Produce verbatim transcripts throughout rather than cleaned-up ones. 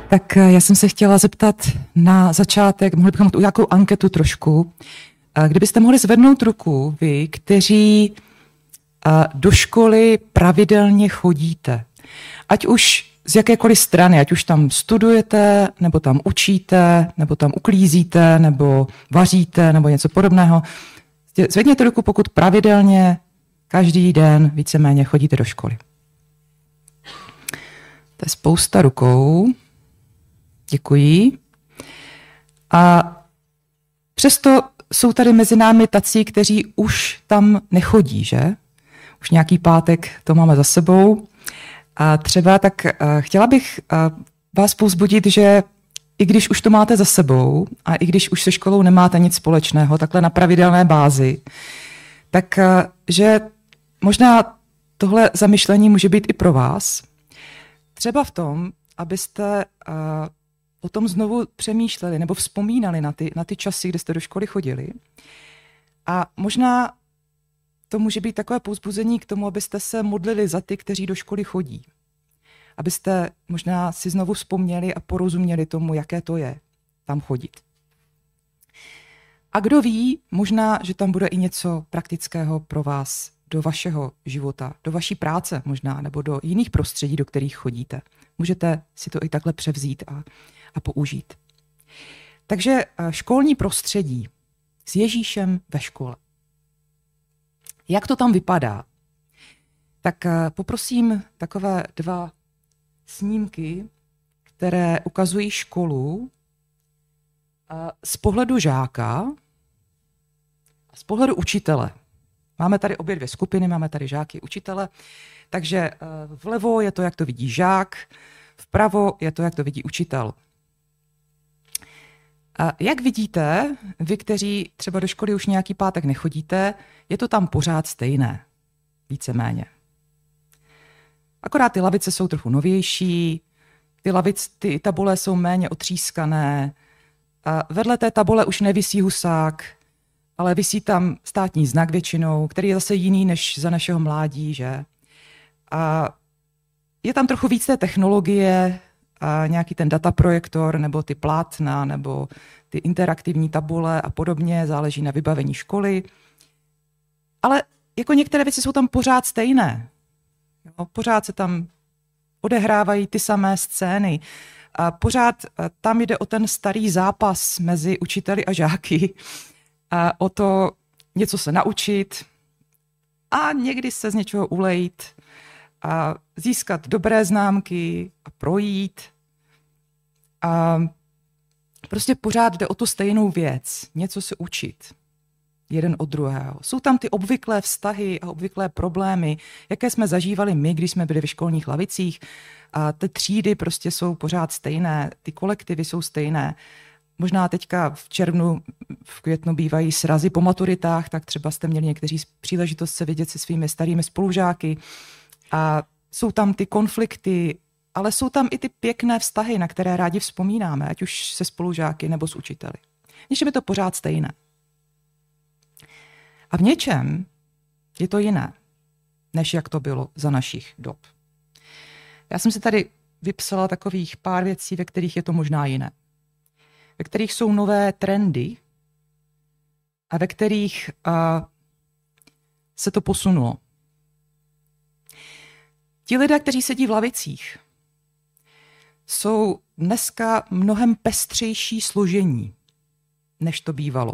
Tak já jsem se chtěla zeptat na začátek, mohli bychom tu nějakou anketu trošku. Kdybyste mohli zvednout ruku, vy, kteří do školy pravidelně chodíte, ať už z jakékoliv strany, ať už tam studujete, nebo tam učíte, nebo tam uklízíte, nebo vaříte, nebo něco podobného. Zvedněte ruku, pokud pravidelně každý den víceméně chodíte do školy. To je spousta rukou. Děkuji. A přesto jsou tady mezi námi tací, kteří už tam nechodí, že? Už nějaký pátek to máme za sebou. A třeba tak uh, chtěla bych uh, vás povzbudit, že i když už to máte za sebou a i když už se školou nemáte nic společného, takhle na pravidelné bázi, tak uh, že možná tohle zamyšlení může být i pro vás. Třeba v tom, abyste uh, o tom znovu přemýšleli nebo vzpomínali na ty, na ty časy, kdy jste do školy chodili. A možná to může být takové povzbuzení k tomu, abyste se modlili za ty, kteří do školy chodí. Abyste možná si znovu vzpomněli a porozuměli tomu, jaké to je tam chodit. A kdo ví, možná, že tam bude i něco praktického pro vás do vašeho života, do vaší práce možná, nebo do jiných prostředí, do kterých chodíte. Můžete si to i takhle převzít a, a použít. Takže školní prostředí s Ježíšem ve škole. Jak to tam vypadá? Tak poprosím takové dva snímky, které ukazují školu z pohledu žáka a z pohledu učitele. Máme tady obě dvě skupiny, máme tady žáky, učitele, takže vlevo je to, jak to vidí žák, vpravo je to, jak to vidí učitel. A jak vidíte, vy, kteří třeba do školy už nějaký pátek nechodíte, je to tam pořád stejné, víceméně. Akorát ty lavice jsou trochu novější, ty, lavic, ty tabule jsou méně otřískané, a vedle té tabule už nevisí husák, ale visí tam státní znak většinou, který je zase jiný než za našeho mládí, že? A je tam trochu víc té technologie, a nějaký ten dataprojektor, nebo ty plátna, nebo ty interaktivní tabule a podobně, záleží na vybavení školy. Ale jako některé věci jsou tam pořád stejné. Jo, pořád se tam odehrávají ty samé scény. A pořád tam jde o ten starý zápas mezi učiteli a žáky. A o to něco se naučit a někdy se z něčeho ulejt a získat dobré známky a projít. A prostě pořád jde o tu stejnou věc, něco se učit jeden od druhého. Jsou tam ty obvyklé vztahy a obvyklé problémy, jaké jsme zažívali my, když jsme byli ve školních lavicích. A ty třídy prostě jsou pořád stejné, ty kolektivy jsou stejné. Možná teďka v červnu, v květnu bývají srazy po maturitách, tak třeba jste měli někteří příležitost se vidět se svými starými spolužáky. A jsou tam ty konflikty, ale jsou tam i ty pěkné vztahy, na které rádi vzpomínáme, ať už se spolužáky nebo s učiteli. Něčem je to pořád stejné. A v něčem je to jiné, než jak to bylo za našich dob. Já jsem si tady vypsala takových pár věcí, ve kterých je to možná jiné. Ve kterých jsou nové trendy a ve kterých uh, se to posunulo. Ti lidé, kteří sedí v lavicích, jsou dneska mnohem pestřejší složení, než to bývalo.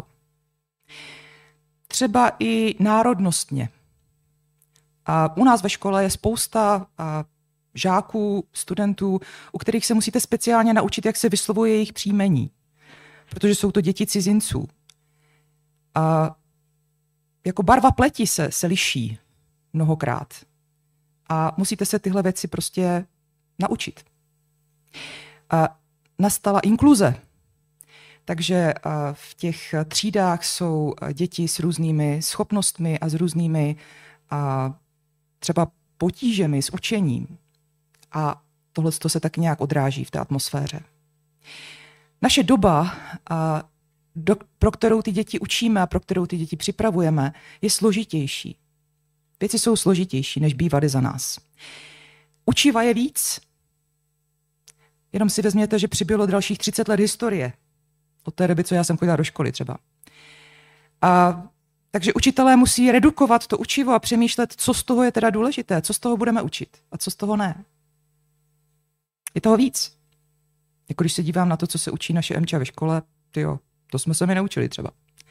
Třeba i národnostně. A u nás ve škole je spousta a, žáků, studentů, u kterých se musíte speciálně naučit, jak se vyslovuje jejich příjmení, protože jsou to děti cizinců. A jako barva pleti se, se liší mnohokrát. A musíte se tyhle věci prostě naučit. A nastala inkluze. Takže v těch třídách jsou děti s různými schopnostmi a s různými a třeba potížemi s učením. A tohle se tak nějak odráží v té atmosféře. Naše doba, a do, pro kterou ty děti učíme a pro kterou ty děti připravujeme, je složitější. Věci jsou složitější, než bývaly za nás. Učiva je víc. Jenom si vezměte, že přibylo dalších třicet let historie. Od té doby, co já jsem chodila do školy třeba. A takže učitelé musí redukovat to učivo a přemýšlet, co z toho je teda důležité, co z toho budeme učit a co z toho ne. Je toho víc. Jako když se dívám na to, co se učí naše Emča ve škole, tyjo, to jsme se mi neučili třeba.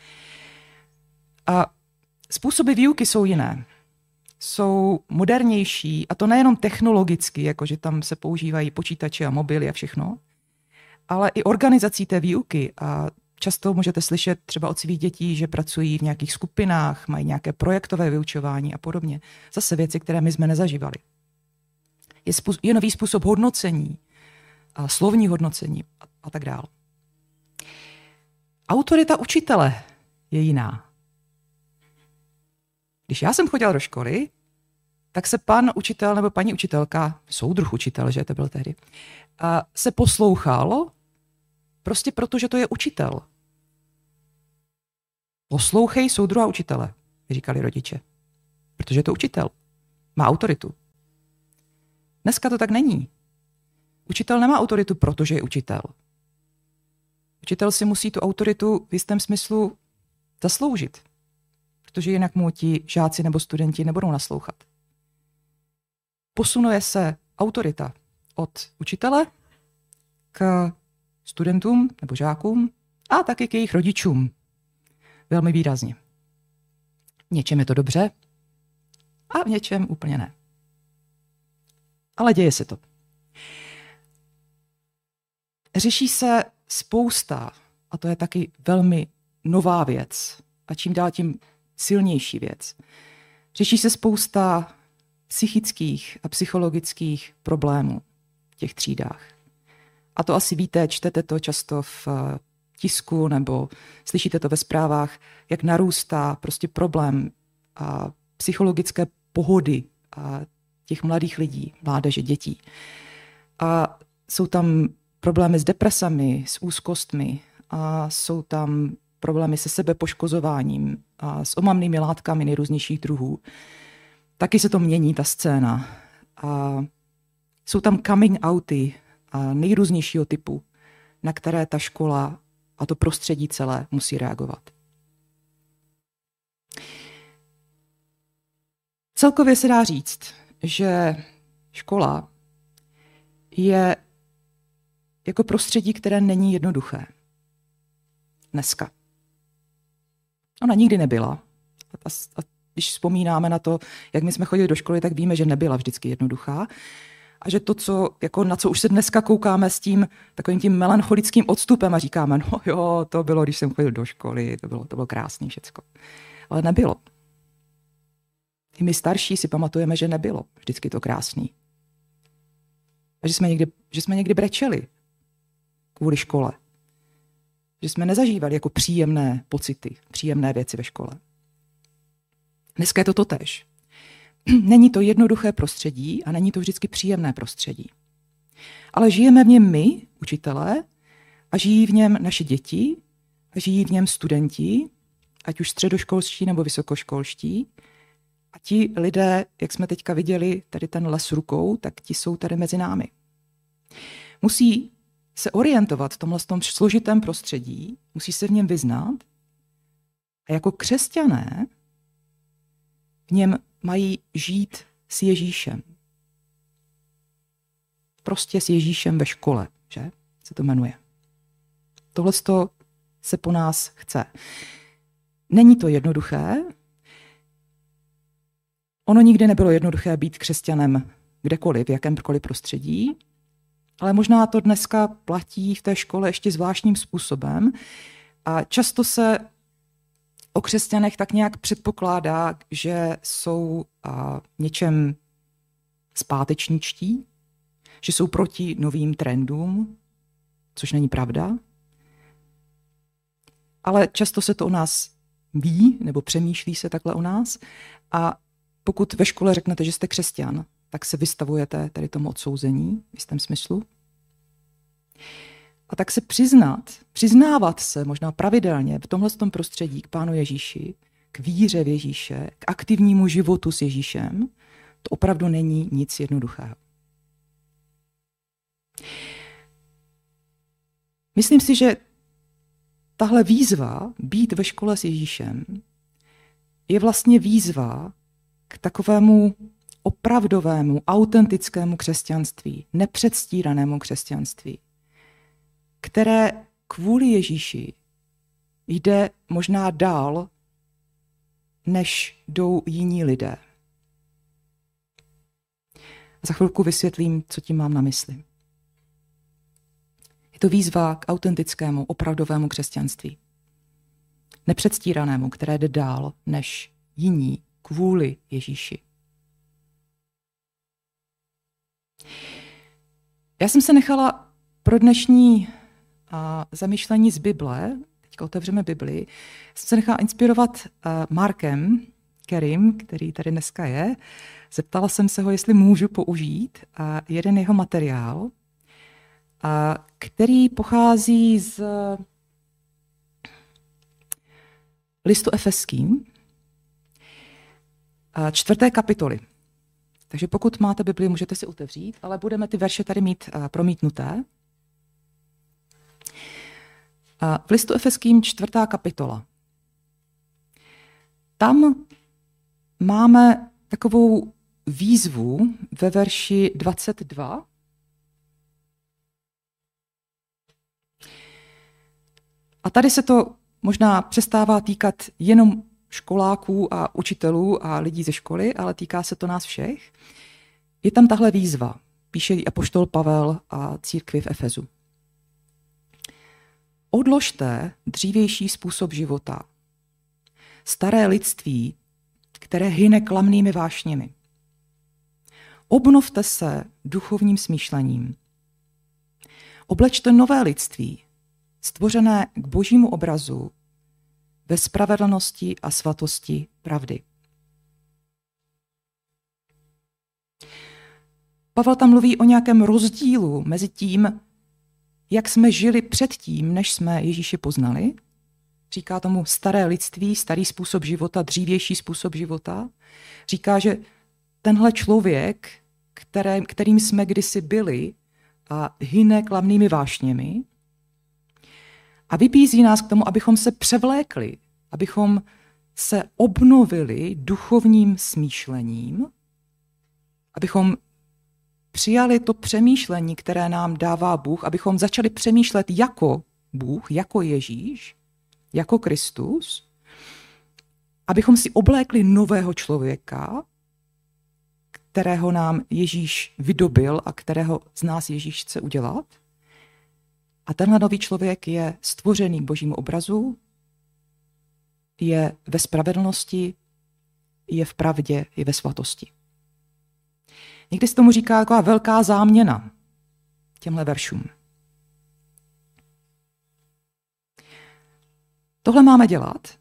A způsoby výuky jsou jiné. Jsou modernější, a to nejenom technologicky, jakože tam se používají počítače a mobily a všechno, ale i organizací té výuky. A často můžete slyšet třeba od svých dětí, že pracují v nějakých skupinách, mají nějaké projektové vyučování a podobně. Zase věci, které my jsme nezažívali. Je, způsob, je nový způsob hodnocení, a slovní hodnocení a, a tak dále. Autorita učitele je jiná. Když já jsem chodila do školy, tak se pan učitel nebo paní učitelka, soudruh učitel, že to byl tehdy, a se poslouchal prostě proto, že to je učitel. Poslouchej soudruha učitele, říkali rodiče, protože je to učitel. Má autoritu. Dneska to tak není. Učitel nemá autoritu, protože je učitel. Učitel si musí tu autoritu v jistém smyslu zasloužit, protože jinak mu ti žáci nebo studenti nebudou naslouchat. Posunuje se autorita od učitele k studentům nebo žákům a taky k jejich rodičům. Velmi výrazně. V něčem je to dobře a v něčem úplně ne. Ale děje se to. Řeší se spousta, a to je taky velmi nová věc, a čím dál tím silnější věc. Řeší se spousta psychických a psychologických problémů v těch třídách. A to asi víte, čtete to často v tisku nebo slyšíte to ve zprávách, jak narůstá prostě problém a psychologické pohody a těch mladých lidí, mládeže, dětí. A jsou tam problémy s depresemi, s úzkostmi, a jsou tam problémy se sebepoškozováním a s omamnými látkami nejrůznějších druhů. Taky se to mění, ta scéna. A jsou tam coming outy a nejrůznějšího typu, na které ta škola a to prostředí celé musí reagovat. Celkově se dá říct, že škola je jako prostředí, které není jednoduché. Dneska. Ona nikdy nebyla. A, a když vzpomínáme na to, jak my jsme chodili do školy, tak víme, že nebyla vždycky jednoduchá. A že to, co, jako na co už se dneska koukáme s tím takovým tím melancholickým odstupem a říkáme, no jo, to bylo, když jsem chodil do školy, to bylo, to bylo krásné všecko. Ale nebylo. I my starší si pamatujeme, že nebylo vždycky to krásný. A že jsme někdy, že jsme někdy brečeli kvůli škole. Že jsme nezažívali jako příjemné pocity, příjemné věci ve škole. Dneska je to totéž. Není to jednoduché prostředí a není to vždycky příjemné prostředí. Ale žijeme v něm my, učitelé, a žijí v něm naše děti, a žijí v něm studenti, ať už středoškolští nebo vysokoškolští. A ti lidé, jak jsme teďka viděli, tady ten les rukou, tak ti jsou tady mezi námi. Musí se orientovat v tomhle tom složitém prostředí, musí se v něm vyznat a jako křesťané v něm mají žít s Ježíšem. Prostě s Ježíšem ve škole, že? Se to jmenuje. Tohle se po nás chce. Není to jednoduché. Ono nikdy nebylo jednoduché být křesťanem kdekoliv, v jakémkoliv prostředí, ale možná to dneska platí v té škole ještě zvláštním způsobem. A často se o křesťanech tak nějak předpokládá, že jsou a, něčem zpátečničtí, že jsou proti novým trendům, což není pravda. Ale často se to o nás ví, nebo přemýšlí se takhle o nás. A pokud ve škole řeknete, že jste křesťan, tak se vystavujete tady tomu odsouzení v jistém smyslu. A tak se přiznat, přiznávat se možná pravidelně v tomhle prostředí k Pánu Ježíši, k víře v Ježíše, k aktivnímu životu s Ježíšem, to opravdu není nic jednoduchého. Myslím si, že tahle výzva být ve škole s Ježíšem je vlastně výzva k takovému opravdovému, autentickému křesťanství, nepředstíranému křesťanství, které kvůli Ježíši jde možná dál, než jdou jiní lidé. Za chvilku vysvětlím, co tím mám na mysli. Je to výzva k autentickému, opravdovému křesťanství. Nepředstíranému, které jde dál, než jiní kvůli Ježíši. Já jsem se nechala pro dnešní a, zamýšlení z Bible, teďka otevřeme Bibli, jsem se nechala inspirovat a, Markem Kerim, který tady dneska je. Zeptala jsem se ho, jestli můžu použít a, jeden jeho materiál, a, který pochází z listu Efeským, a, čtvrté kapitoly. Takže pokud máte Bibli, můžete si otevřít, ale budeme ty verše tady mít a, promítnuté. A v listu Efeským čtvrtá kapitola. Tam máme takovou výzvu ve verši dvacet dva. A tady se to možná přestává týkat jenom školáků a učitelů a lidí ze školy, ale týká se to nás všech. Je tam tahle výzva, píše jí apoštol Pavel a církvi v Efezu. Odložte dřívější způsob života, staré lidství, které hyne klamnými vášněmi. Obnovte se duchovním smýšlením. Oblečte nové lidství, stvořené k božímu obrazu, ve spravedlnosti a svatosti pravdy. Pavel tam mluví o nějakém rozdílu mezi tím, jak jsme žili předtím, než jsme Ježíše poznali. Říká tomu staré lidství, starý způsob života, dřívější způsob života. Říká, že tenhle člověk, které, kterým jsme kdysi byli, a hyne klamnými vášněmi, a vybízí nás k tomu, abychom se převlékli, abychom se obnovili duchovním smýšlením, abychom přijali to přemýšlení, které nám dává Bůh, abychom začali přemýšlet jako Bůh, jako Ježíš, jako Kristus, abychom si oblékli nového člověka, kterého nám Ježíš vydobil a kterého z nás Ježíš chce udělat. A tenhle nový člověk je stvořený k božímu obrazu, je ve spravedlnosti, je v pravdě, je ve svatosti. Někdy se tomu říká taková velká záměna těmhle veršům. Tohle máme dělat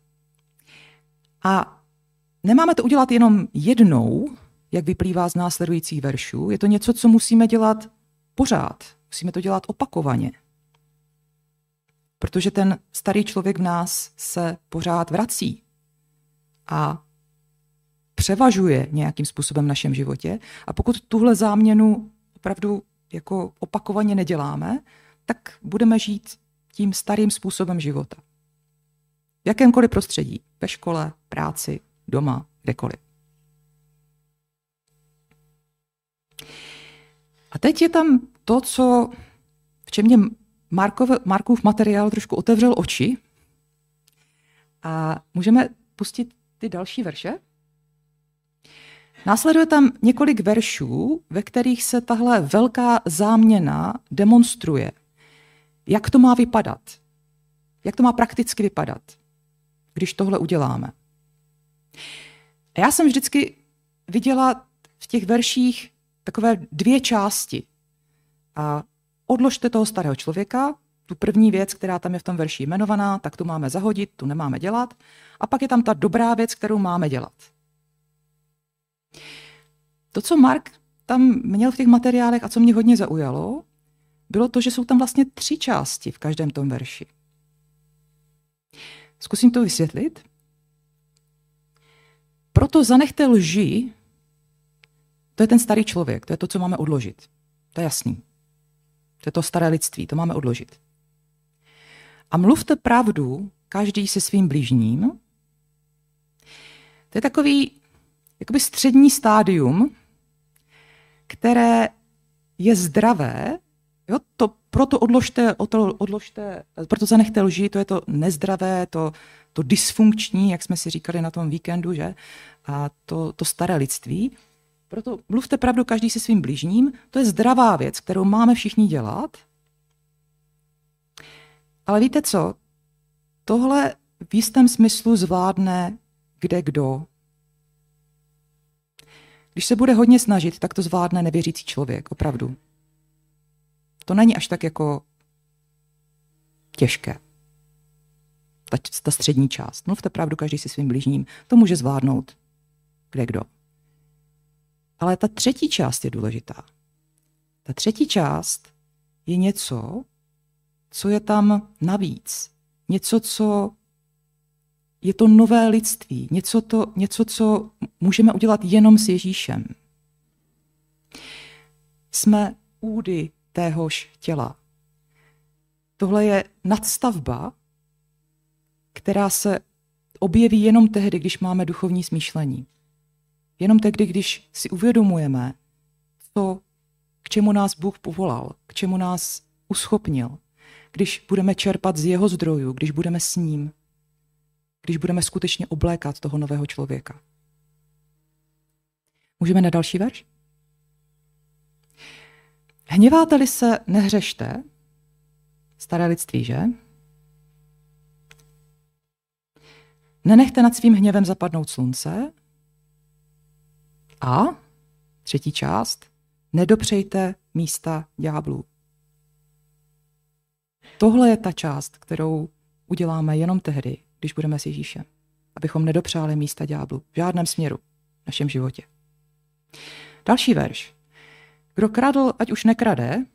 a nemáme to udělat jenom jednou, jak vyplývá z následujících veršů. Je to něco, co musíme dělat pořád. Musíme to dělat opakovaně. Protože ten starý člověk v nás se pořád vrací a převažuje nějakým způsobem v našem životě. A pokud tuhle záměnu opravdu jako opakovaně neděláme, tak budeme žít tím starým způsobem života. V jakémkoliv prostředí, ve škole, práci, doma, kdekoliv. A teď je tam to, co, v čem mě Markov, Markův materiál trošku otevřel oči. A můžeme pustit ty další verše. Následuje tam několik veršů, ve kterých se tahle velká záměna demonstruje. Jak to má vypadat? Jak to má prakticky vypadat, když tohle uděláme? A já jsem vždycky viděla v těch verších takové dvě části. A odložte toho starého člověka, tu první věc, která tam je v tom verši jmenovaná, tak tu máme zahodit, tu nemáme dělat. A pak je tam ta dobrá věc, kterou máme dělat. To, co Mark tam měl v těch materiálech a co mě hodně zaujalo, bylo to, že jsou tam vlastně tři části v každém tom verši. Zkusím to vysvětlit. Proto zanechte lži, to je ten starý člověk, to je to, co máme odložit. To je jasný. To je to staré lidství, to máme odložit. A mluvte pravdu, každý se svým bližním. To je takový jakoby střední stádium, které je zdravé. Jo? To, proto odložte, odložte, proto zanechte lži, to je to nezdravé, to, to dysfunkční, jak jsme si říkali na tom víkendu, že? A to, to staré lidství. Proto mluvte pravdu každý se svým bližním. To je zdravá věc, kterou máme všichni dělat. Ale víte co? Tohle v jistém smyslu zvládne kde kdo. Když se bude hodně snažit, tak to zvládne nevěřící člověk, opravdu. To není až tak jako těžké. Ta, ta střední část. Mluvte pravdu každý si svým bližním. To může zvládnout kde kdo. Ale ta třetí část je důležitá. Ta třetí část je něco, co je tam navíc. Něco, co je to nové lidství. Něco, to, něco, co můžeme udělat jenom s Ježíšem. Jsme údy téhož těla. Tohle je nadstavba, která se objeví jenom tehdy, když máme duchovní smýšlení. Jenom tehdy, když si uvědomujeme, co, k čemu nás Bůh povolal, k čemu nás uschopnil, když budeme čerpat z jeho zdrojů, když budeme s ním, když budeme skutečně oblékat toho nového člověka. Můžeme na další verš? Hněváte-li se, nehřešte. Staré lidství, že? Nenechte nad svým hněvem zapadnout slunce. A třetí část. Nedopřejte místa ďáblů. Tohle je ta část, kterou uděláme jenom tehdy, když budeme s Ježíšem. Abychom nedopřáli místa ďáblu v žádném směru v našem životě. Další verš. Kdo kradl, ať už nekrade,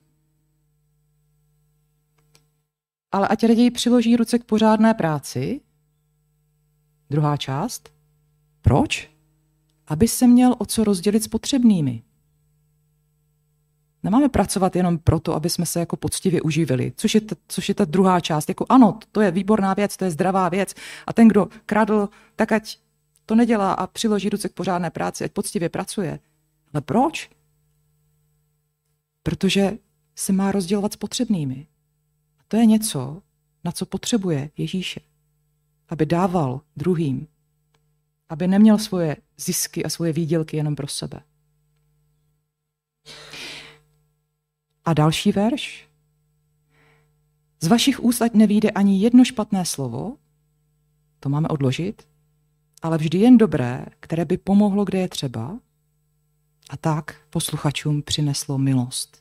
ale ať raději přiloží ruce k pořádné práci. Druhá část. Proč? Aby se měl o co rozdělit s potřebnými. Nemáme pracovat jenom proto, aby jsme se jako poctivě uživili, což je, ta, což je ta druhá část. Jako ano, to je výborná věc, to je zdravá věc. A ten, kdo kradl, tak ať to nedělá a přiloží ruce k pořádné práci, ať poctivě pracuje. Ale proč? Protože se má rozdělovat s potřebnými. A to je něco, na co potřebuje Ježíše. Aby dával druhým. Aby neměl svoje zisky a svoje výdělky jenom pro sebe. A další verš. Z vašich úst ať nevyjde ani jedno špatné slovo, to máme odložit, ale vždy jen dobré, které by pomohlo, kde je třeba, a tak posluchačům přineslo milost.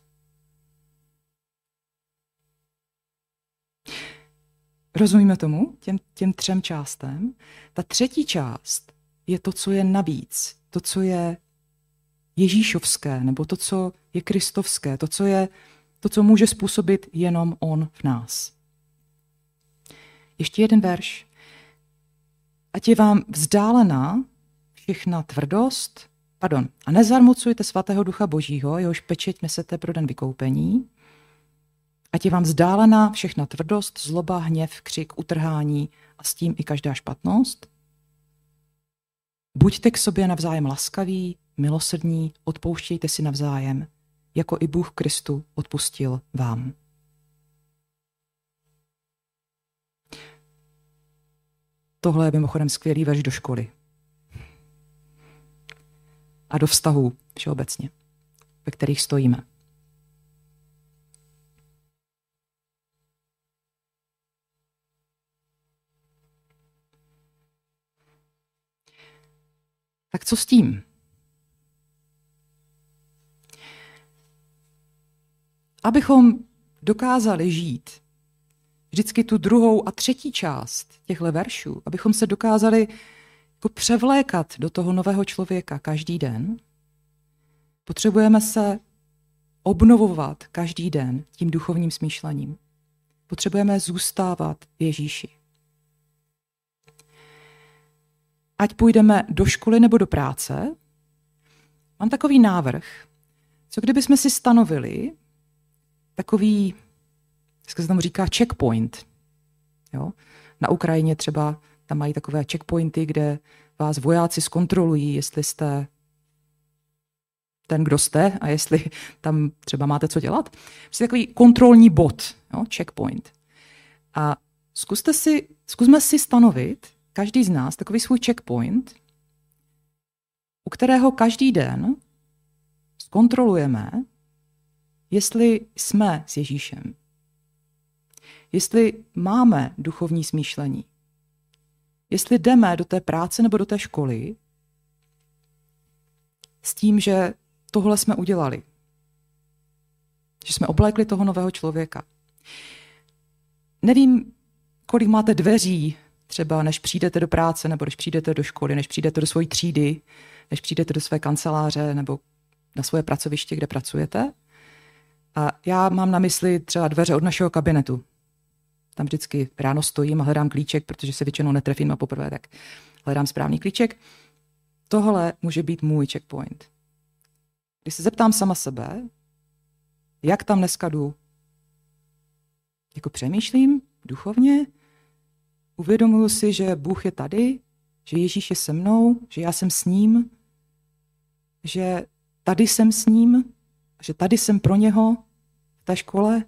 Rozumíme tomu, těm, těm třem částem? Ta třetí část je to, co je navíc, to, co je ježíšovské, nebo to, co je kristovské, to, co je, to, co může způsobit jenom on v nás. Ještě jeden verš. Ať je vám vzdálená všechna tvrdost, pardon, a nezarmucujte svatého ducha božího, jehož pečeť nesete pro den vykoupení. Ať je vám vzdálená všechna tvrdost, zloba, hněv, křik, utrhání a s tím i každá špatnost. Buďte k sobě navzájem laskaví, milosrdní, odpouštějte si navzájem, jako i Bůh Kristu odpustil vám. Tohle je mimochodem skvělý verš do školy. A do vztahů všeobecně, ve kterých stojíme. Tak co s tím? Abychom dokázali žít vždycky tu druhou a třetí část těchto veršů, abychom se dokázali jako převlékat do toho nového člověka každý den, potřebujeme se obnovovat každý den tím duchovním smýšlením. Potřebujeme zůstávat v Ježíši. Ať půjdeme do školy nebo do práce, mám takový návrh, co kdybychom si stanovili takový, jak se tomu říká, checkpoint. Jo? Na Ukrajině třeba tam mají takové checkpointy, kde vás vojáci zkontrolují, jestli jste ten, kdo jste a jestli tam třeba máte co dělat. Prostě takový kontrolní bod, jo? Checkpoint. A zkuste si, zkusme si stanovit, každý z nás, takový svůj checkpoint, u kterého každý den zkontrolujeme, jestli jsme s Ježíšem. Jestli máme duchovní smýšlení. Jestli jdeme do té práce nebo do té školy s tím, že tohle jsme udělali. Že jsme oblékli toho nového člověka. Nevím, kolik máte dveří, třeba než přijdete do práce, nebo než přijdete do školy, než přijdete do své třídy, než přijdete do své kanceláře nebo na svoje pracoviště, kde pracujete. A já mám na mysli třeba dveře od našeho kabinetu. Tam vždycky ráno stojím a hledám klíček, protože se většinou netrefím a poprvé tak hledám správný klíček. Tohle může být můj checkpoint. Když se zeptám sama sebe, jak tam dneska jdu, jako přemýšlím duchovně, uvědomuji si, že Bůh je tady, že Ježíš je se mnou, že já jsem s ním, že tady jsem s ním, že tady jsem pro něho v té škole.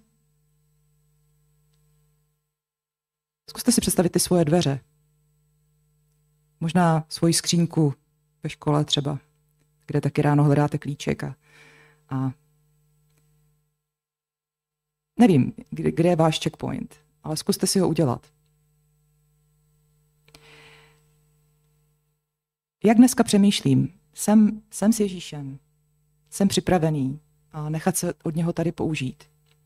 Zkuste si představit ty svoje dveře. Možná svoji skřínku ve škole třeba, kde taky ráno hledáte klíček a, a nevím, kde, kde je váš checkpoint, ale zkuste si ho udělat. Jak dneska přemýšlím? Jsem, jsem s Ježíšem. Jsem připravený a nechat se od něho tady použít.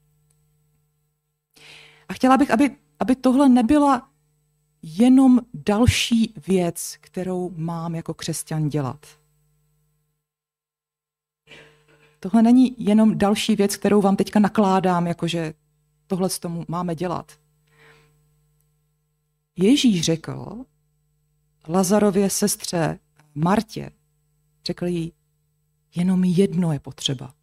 A chtěla bych, aby, aby tohle nebyla jenom další věc, kterou mám jako křesťan dělat. Tohle není jenom další věc, kterou vám teďka nakládám, jakože tohle s tomu máme dělat. Ježíš řekl Lazarově sestře Martě, řekl jí, jenom jedno je potřeba.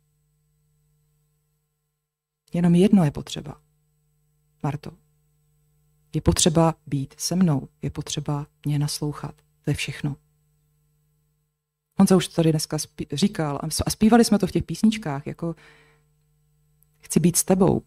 Jenom jedno je potřeba. Marto, je potřeba být se mnou, je potřeba mě naslouchat. To je všechno. Honza už to tady dneska říkal a zpívali jsme to v těch písničkách, jako chci být s tebou.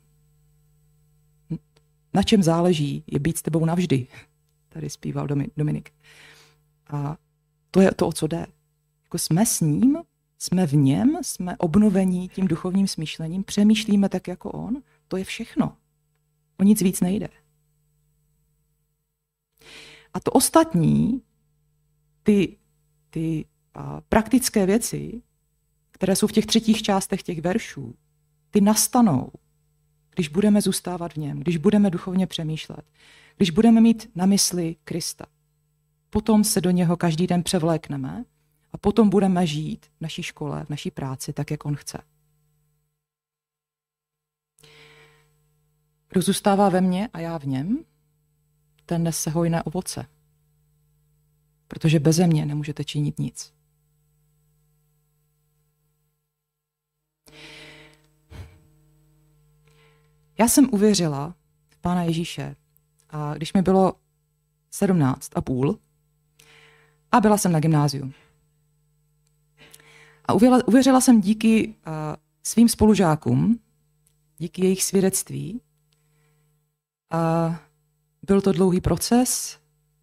Na čem záleží, je být s tebou navždy. Tady zpíval Dominik. A to je to, o co jde. Jako jsme s ním, jsme v něm, jsme obnovení tím duchovním smýšlením, přemýšlíme tak jako on, to je všechno. O nic víc nejde. A to ostatní, ty, ty a, praktické věci, které jsou v těch třetích částech těch veršů, ty nastanou, když budeme zůstávat v něm, když budeme duchovně přemýšlet, když budeme mít na mysli Krista. Potom se do něho každý den převlékneme a potom budeme žít v naší škole, v naší práci, tak, jak on chce. Kdo zůstává ve mně a já v něm, ten nese hojné ovoce. Protože beze mě nemůžete činit nic. Já jsem uvěřila v Pána Ježíše, a když mi bylo sedmnáct a půl a byla jsem na gymnáziu. A uvěřila, uvěřila jsem díky uh, svým spolužákům, díky jejich svědectví. A byl to dlouhý proces.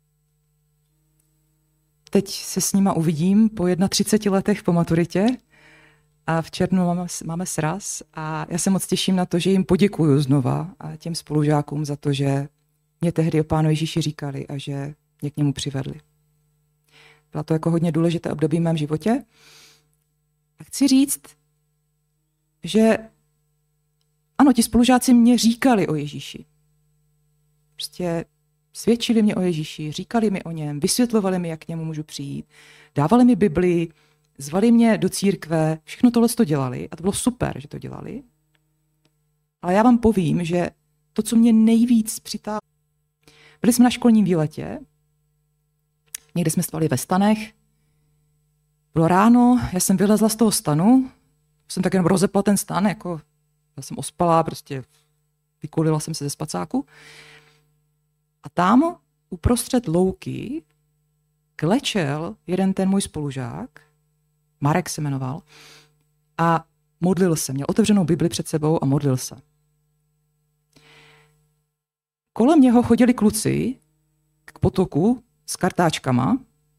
Teď se s nima uvidím po třiceti jedna letech po maturitě a v červnu máme, máme sraz a já se moc těším na to, že jim poděkuju znova a těm spolužákům za to, že mě tehdy o Pánu Ježíši říkali a že mě k němu přivedli. Byla to jako hodně důležité období v mém životě. A chci říct, že ano, ti spolužáci mě říkali o Ježíši. Prostě svědčili mě o Ježíši, říkali mi o něm, vysvětlovali mi, jak k němu můžu přijít, dávali mi Bibli, zvali mě do církve, všechno tohle to dělali a to bylo super, že to dělali. Ale já vám povím, že to, co mě nejvíc přitáhlo, byli jsme na školním výletě, někde jsme spali ve stanech, bylo ráno, já jsem vylezla z toho stanu, jsem tak jenom rozepla ten stan, jako já jsem ospalá, prostě vykulila jsem se ze spacáku. A tam uprostřed louky klečel jeden ten můj spolužák, Marek se jmenoval, a modlil se. Měl otevřenou Bibli před sebou a modlil se. Kolem něho chodili kluci k potoku s kartáčkama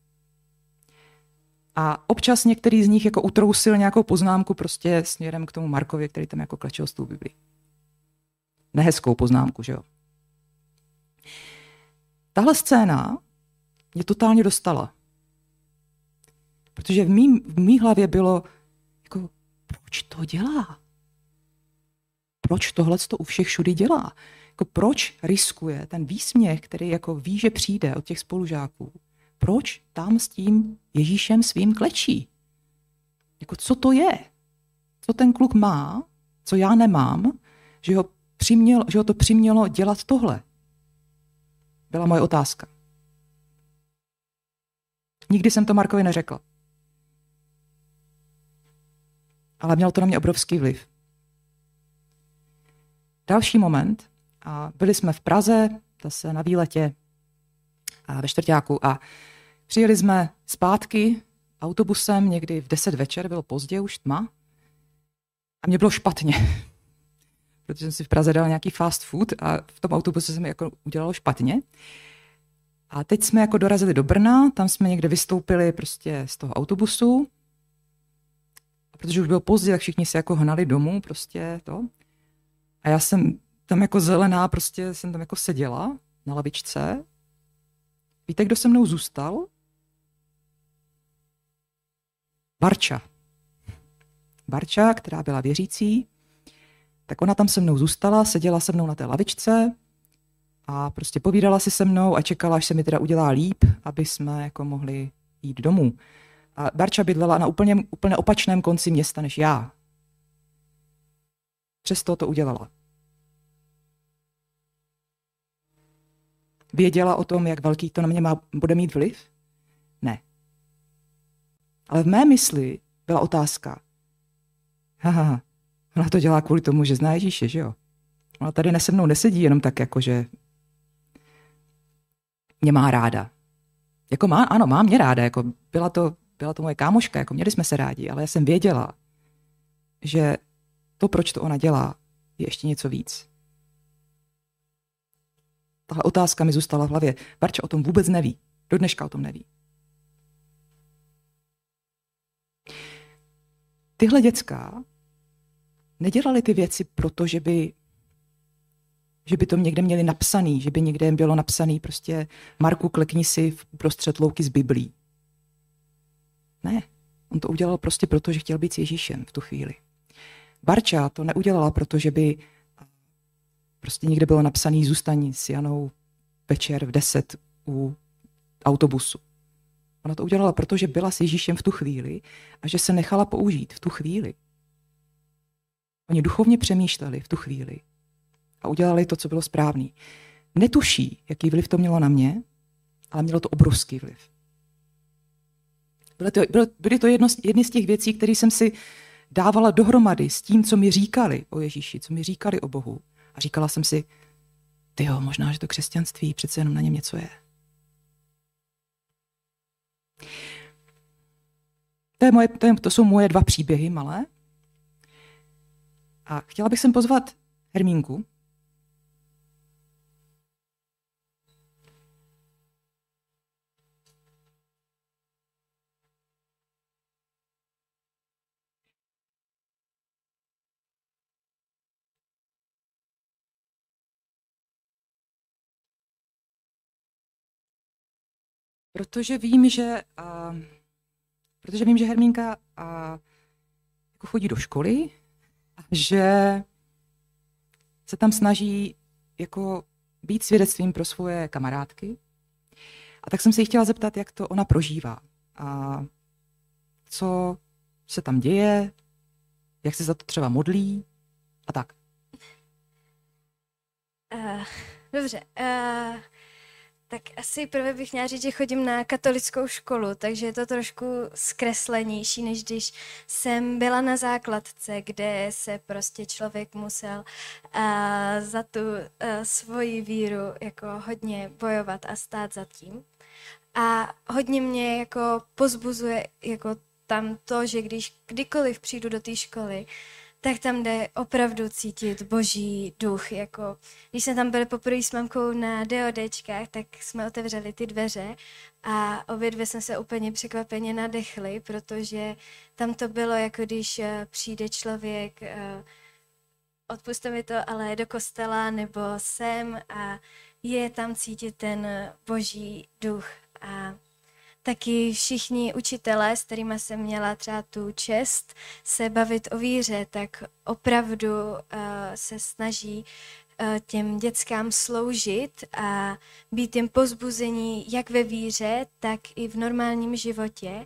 a občas některý z nich jako utrousil nějakou poznámku prostě směrem k tomu Markovi, který tam jako klečel s tou Biblí. Nehezkou poznámku, že jo. Tahle scéna mě totálně dostala. Protože v mý, v mý hlavě bylo, jako, proč to dělá? Proč tohle to u všech všudy dělá? Jako, proč riskuje ten výsměch, který jako ví, že přijde od těch spolužáků? Proč tam s tím Ježíšem svým klečí? Jako, co to je? Co ten kluk má, co já nemám, že ho, přiměl, že ho to přimělo dělat tohle? Byla moje otázka. Nikdy jsem to Markovi neřekla. Ale mělo to na mě obrovský vliv. Další moment. A byli jsme v Praze, zase na výletě a ve čtvrťáku a přijeli jsme zpátky autobusem někdy v deset večer, bylo pozdě, už tma. A mě bylo špatně. Protože jsem si v Praze dal nějaký fast food a v tom autobuse se mi jako udělalo špatně. A teď jsme jako dorazili do Brna, tam jsme někde vystoupili prostě z toho autobusu. A protože už bylo pozdě, tak všichni se jako hnali domů prostě to. A já jsem tam jako zelená prostě jsem tam jako seděla na lavičce. Víte, kdo se mnou zůstal? Barča. Barča, která byla věřící, tak ona tam se mnou zůstala, seděla se mnou na té lavičce a prostě povídala si se mnou a čekala, až se mi teda udělá líp, aby jsme jako mohli jít domů. A Barča bydlela na úplně, úplně opačném konci města než já. Přesto to udělala. Věděla o tom, jak velký to na mě má, bude mít vliv? Ne. Ale v mé mysli byla otázka. Haha, ona to dělá kvůli tomu, že zná Ježíše, že jo? Ona tady se mnou nesedí jenom tak, jako že mě má ráda. Jako má, ano, má mě ráda, jako byla to, byla to moje kámoška, jako měli jsme se rádi, ale já jsem věděla, že to, proč to ona dělá, je ještě něco víc. Tahle otázka mi zůstala v hlavě. Barča o tom vůbec neví. Do dneška o tom neví. Tyhle děcka nedělali ty věci proto, že by, že by to někde měli napsaný, že by někde bylo napsaný prostě Marku, klekni si v prostřed louky z Biblí. Ne, on to udělal prostě proto, že chtěl být s Ježíšem v tu chvíli. Barča to neudělala, protože by prostě někde bylo napsaný zůstaň s Janou večer v deset u autobusu. Ona to udělala, protože byla s Ježíšem v tu chvíli a že se nechala použít v tu chvíli. Oni duchovně přemýšleli v tu chvíli a udělali to, co bylo správný. Netuší, jaký vliv to mělo na mě, ale mělo to obrovský vliv. Byly to, bylo, byly to jedno, jedny z těch věcí, které jsem si dávala dohromady s tím, co mi říkali o Ježíši, co mi říkali o Bohu. A říkala jsem si, tyjo, možná, že to křesťanství přece jenom na něm něco je. To, je moje, to, je, to jsou moje dva příběhy malé. A chtěla bych sem pozvat Hermínku. Protože vím, že, a, protože vím, že Hermínka a, jako chodí do školy a že se tam snaží jako být svědectvím pro svoje kamarádky. A tak jsem se jí chtěla zeptat, jak to ona prožívá. A co se tam děje, jak se za to třeba modlí a tak. Uh, dobře. Uh... Tak asi prvé bych měla říct, že chodím na katolickou školu, takže je to trošku zkreslenější, než když jsem byla na základce, kde se prostě člověk musel uh, za tu uh, svoji víru jako hodně bojovat a stát za tím. A hodně mě jako pozbuzuje jako tam to, že když kdykoliv přijdu do té školy, tak tam jde opravdu cítit boží duch. Jako, když jsme tam byli poprvé s mamkou na DODčkách, tak jsme otevřeli ty dveře a obě dvě jsme se úplně překvapeně nadechli, protože tam to bylo, jako když přijde člověk, odpuste mi to, ale do kostela nebo sem a je tam cítit ten boží duch. A taky všichni učitelé, s kterými jsem měla třeba tu čest se bavit o víře, tak opravdu uh, se snaží uh, těm dětskám sloužit a být jim pozbuzení jak ve víře, tak i v normálním životě.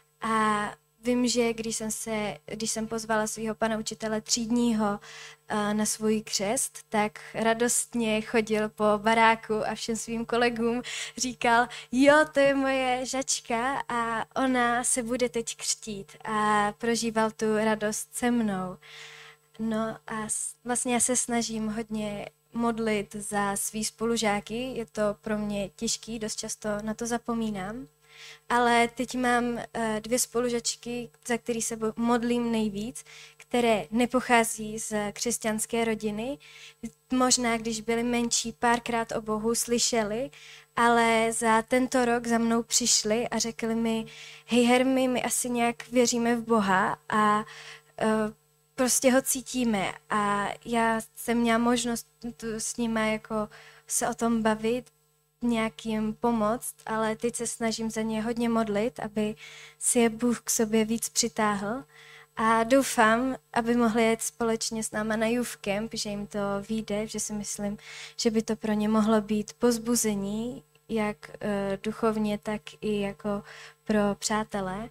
A vím, že když jsem, se, když jsem pozvala svého pana učitele třídního na svůj křest, tak radostně chodil po baráku a všem svým kolegům říkal, jo, to je moje žačka a ona se bude teď křtít a prožíval tu radost se mnou. No a vlastně já se snažím hodně modlit za svý spolužáky, je to pro mě těžký, dost často na to zapomínám. Ale teď mám dvě spolužačky, za který se modlím nejvíc, které nepochází z křesťanské rodiny. Možná, když byly menší, párkrát o Bohu slyšeli, ale za tento rok za mnou přišli a řekli mi, hej Hermi, my asi nějak věříme v Boha a uh, prostě ho cítíme. A já jsem měla možnost tu s nimi jako se o tom bavit, nějak jim pomoct, ale teď se snažím za ně hodně modlit, aby si je Bůh k sobě víc přitáhl a doufám, aby mohli jet společně s náma na Youth Camp, že jim to vyjde, že si myslím, že by to pro ně mohlo být pozbuzení, jak uh, duchovně, tak i jako pro přátelé.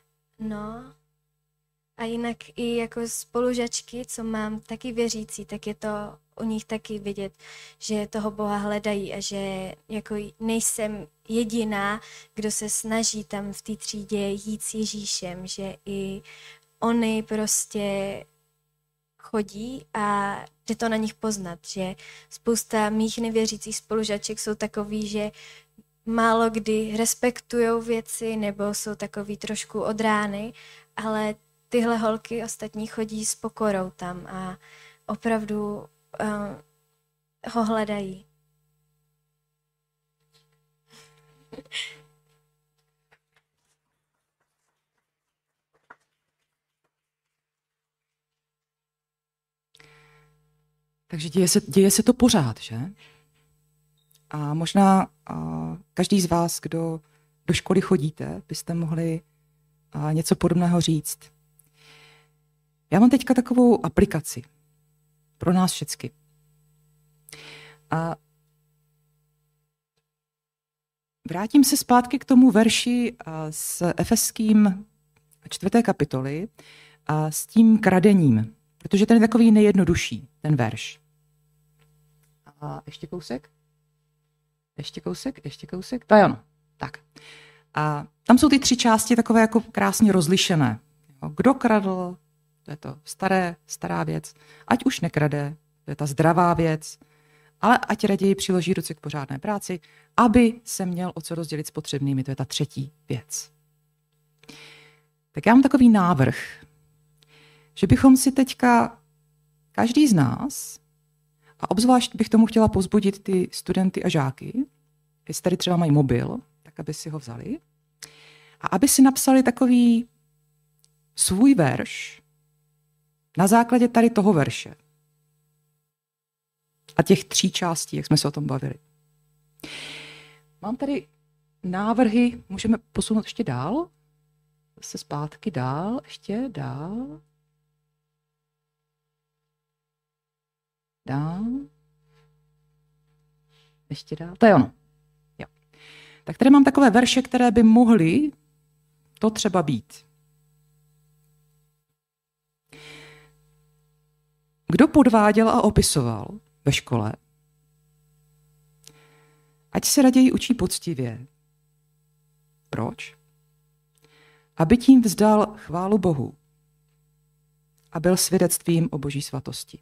No a jinak i jako spolužačky, co mám taky věřící, tak je to u nich taky vidět, že toho Boha hledají a že jako nejsem jediná, kdo se snaží tam v té třídě jít s Ježíšem, že i oni prostě chodí a jde to na nich poznat, že spousta mých nevěřících spolužaček jsou takový, že málo kdy respektujou věci nebo jsou takový trošku od rány, ale tyhle holky ostatní chodí s pokorou tam a opravdu uh, ho hledají. Takže děje se, děje se to pořád, že? A možná uh, každý z vás, kdo do školy chodíte, byste mohli uh, něco podobného říct. Já mám teďka takovou aplikaci pro nás všechny. A vrátím se zpátky k tomu verši s Efeským čtvrté kapitoly a s tím kradením, protože ten je takový nejjednodušší, ten verš. A ještě kousek? Ještě kousek? Ještě kousek? To je ono. Tak. A tam jsou ty tři části takové jako krásně rozlišené. Kdo kradl? To je to staré, stará věc. Ať už nekrade, to je ta zdravá věc, ale ať raději přiloží ruce k pořádné práci, aby se měl o co rozdělit s potřebnými, to je ta třetí věc. Tak já mám takový návrh, že bychom si teďka, každý z nás, a obzvlášť bych tomu chtěla povzbudit ty studenty a žáky, jestli tady třeba mají mobil, tak aby si ho vzali, a aby si napsali takový svůj verš na základě tady toho verše. A těch tří částí, jak jsme se o tom bavili. Mám tady návrhy, můžeme posunout ještě dál? Zase zpátky dál, ještě dál. Dál. Ještě dál. To je ono. Jo. Tak tady mám takové verše, které by mohly to třeba být. Kdo podváděl a opisoval ve škole, ať se raději učí poctivě. Proč? Aby tím vzdal chválu Bohu a byl svědectvím o Boží svatosti.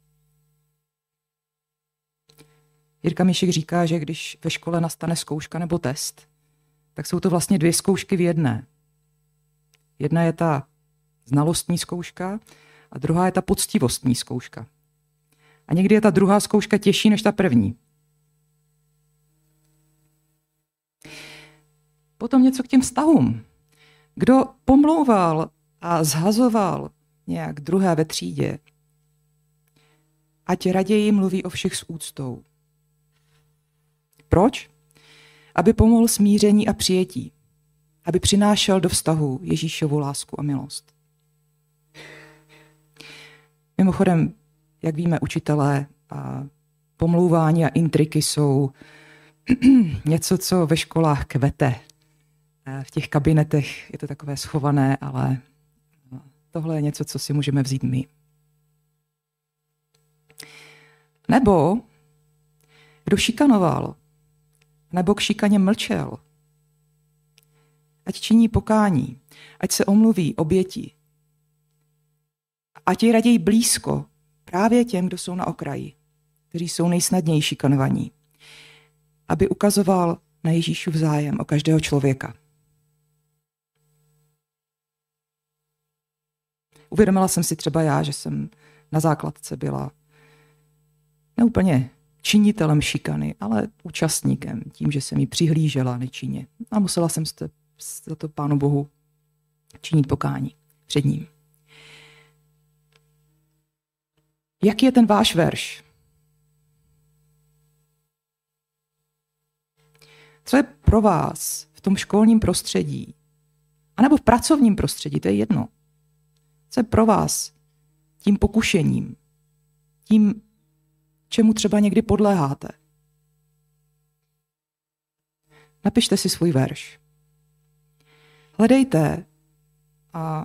Jirka Míšek říká, že když ve škole nastane zkouška nebo test, tak jsou to vlastně dvě zkoušky v jedné. Jedna je ta znalostní zkouška a druhá je ta poctivostní zkouška. A někdy je ta druhá zkouška těžší než ta první. Potom něco k těm vztahům. Kdo pomlouval a zhazoval nějak druhé ve třídě, ať raději mluví o všech s úctou. Proč? Aby pomohl smíření a přijetí. Aby přinášel do vztahu Ježíšovu lásku a milost. Mimochodem, jak víme, učitelé a pomlouvání a intriky jsou něco, co ve školách kvete. V těch kabinetech je to takové schované, ale tohle je něco, co si můžeme vzít my. Nebo kdo šikanoval, nebo k šikaně mlčel, ať činí pokání, ať se omluví oběti, ať je raději blízko právě těm, kdo jsou na okraji, kteří jsou nejsnadněji šikanovaní, aby ukazoval na Ježíšův zájem o každého člověka. Uvědomila jsem si třeba já, že jsem na základce byla neúplně činitelem šikany, ale účastníkem, tím, že jsem jí přihlížela nečinně. A musela jsem za to Pánu Bohu činit pokání před ním. Jaký je ten váš verš? Co je pro vás v tom školním prostředí, anebo v pracovním prostředí, to je jedno. Co je pro vás tím pokušením, tím, čemu třeba někdy podléháte? Napište si svůj verš. Hledejte, a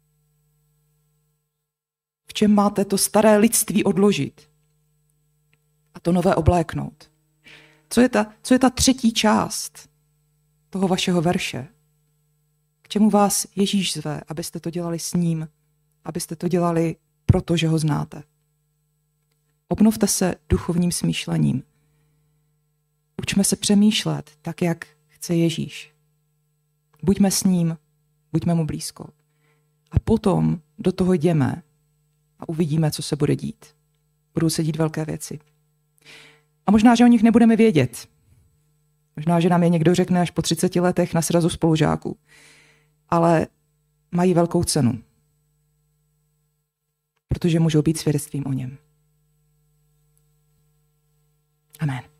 v čem máte to staré lidství odložit a to nové obléknout. Co je ta, co je ta třetí část toho vašeho verše? K čemu vás Ježíš zve, abyste to dělali s ním, abyste to dělali proto, že ho znáte. Obnovte se duchovním smýšlením. Učme se přemýšlet tak, jak chce Ježíš. Buďme s ním, buďme mu blízko. A potom do toho jdeme a uvidíme, co se bude dít. Budou se dít velké věci. A možná, že o nich nebudeme vědět. Možná, že nám je někdo řekne až po třiceti letech na srazu spolužáků. Ale mají velkou cenu. Protože můžou být svědectvím o něm. Amen.